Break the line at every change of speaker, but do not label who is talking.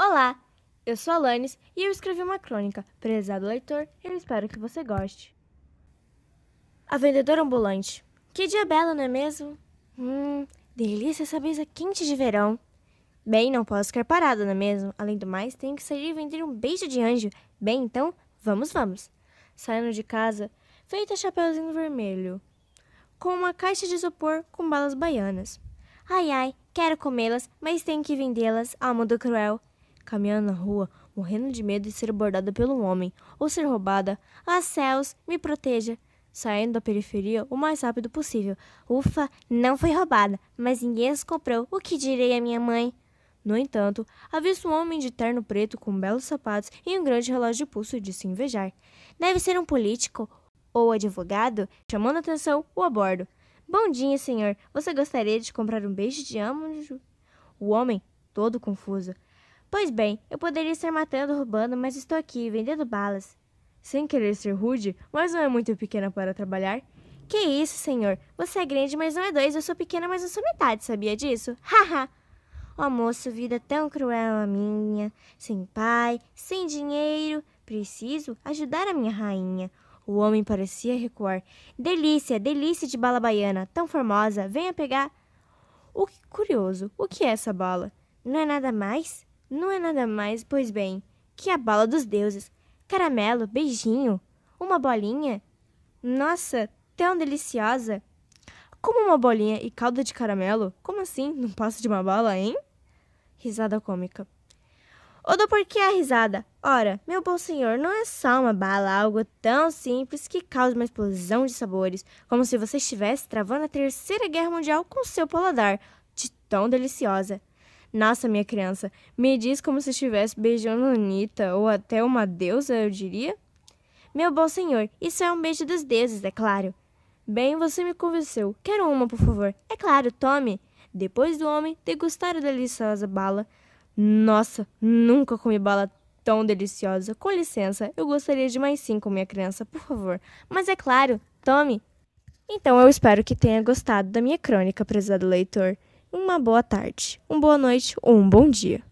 Olá, eu sou a Alanis e eu escrevi uma crônica. Prezado leitor, eu espero que você goste. A vendedora ambulante. Que dia belo, não é mesmo? Delícia essa brisa quente de verão. Bem, não posso ficar parada, não é mesmo? Além do mais, tenho que sair e vender um beijo de anjo. Bem, então, vamos. Saindo de casa, feita chapeuzinho vermelho, com uma caixa de isopor com balas baianas. Ai, quero comê-las, mas tenho que vendê-las ao mundo cruel. Caminhando na rua, morrendo de medo de ser abordada pelo homem ou ser roubada. Ah, céus, me proteja. Saindo da periferia o mais rápido possível. Ufa, não foi roubada, mas ninguém as comprou. O que direi à minha mãe? No entanto, avisto um homem de terno preto com belos sapatos e um grande relógio de pulso de se invejar. Deve ser um político ou advogado, chamando a atenção, o abordo. Bom dia, senhor. Você gostaria de comprar um beijo de anjo? O homem, todo confuso. Pois bem, eu poderia estar matando ou roubando, mas estou aqui, vendendo balas. Sem querer ser rude, mas não é muito pequena para trabalhar? Que isso, senhor? Você é grande, mas não é dois. Eu sou pequena, mas eu sou metade, sabia disso? Haha! Ó moço, vida tão cruel a minha. Sem pai, sem dinheiro. Preciso ajudar a minha rainha. O homem parecia recuar. Delícia de bala baiana, tão formosa. Venha pegar. O que curioso, o que é essa bala? Não é nada mais? Não é nada mais, pois bem, que a bala dos deuses. Caramelo, beijinho, uma bolinha. Nossa, tão deliciosa. Como uma bolinha e calda de caramelo? Como assim? Não passa de uma bala, hein? Risada cômica. Odo, por que a risada? Ora, meu bom senhor, não é só uma bala, algo tão simples que causa uma explosão de sabores, como se você estivesse travando a Terceira Guerra Mundial com seu paladar, de tão deliciosa. Nossa, minha criança, me diz como se estivesse beijando Anitta, ou até uma deusa, eu diria? Meu bom senhor, isso é um beijo dos deuses, é claro. Bem, você me convenceu. Quero uma, por favor. É claro, tome. Depois do homem degustar a deliciosa bala. Nossa, nunca comi bala tão deliciosa. Com licença, eu gostaria de mais 5, minha criança, por favor. Mas é claro, tome. Então eu espero que tenha gostado da minha crônica, prezado leitor. Uma boa tarde, uma boa noite ou um bom dia.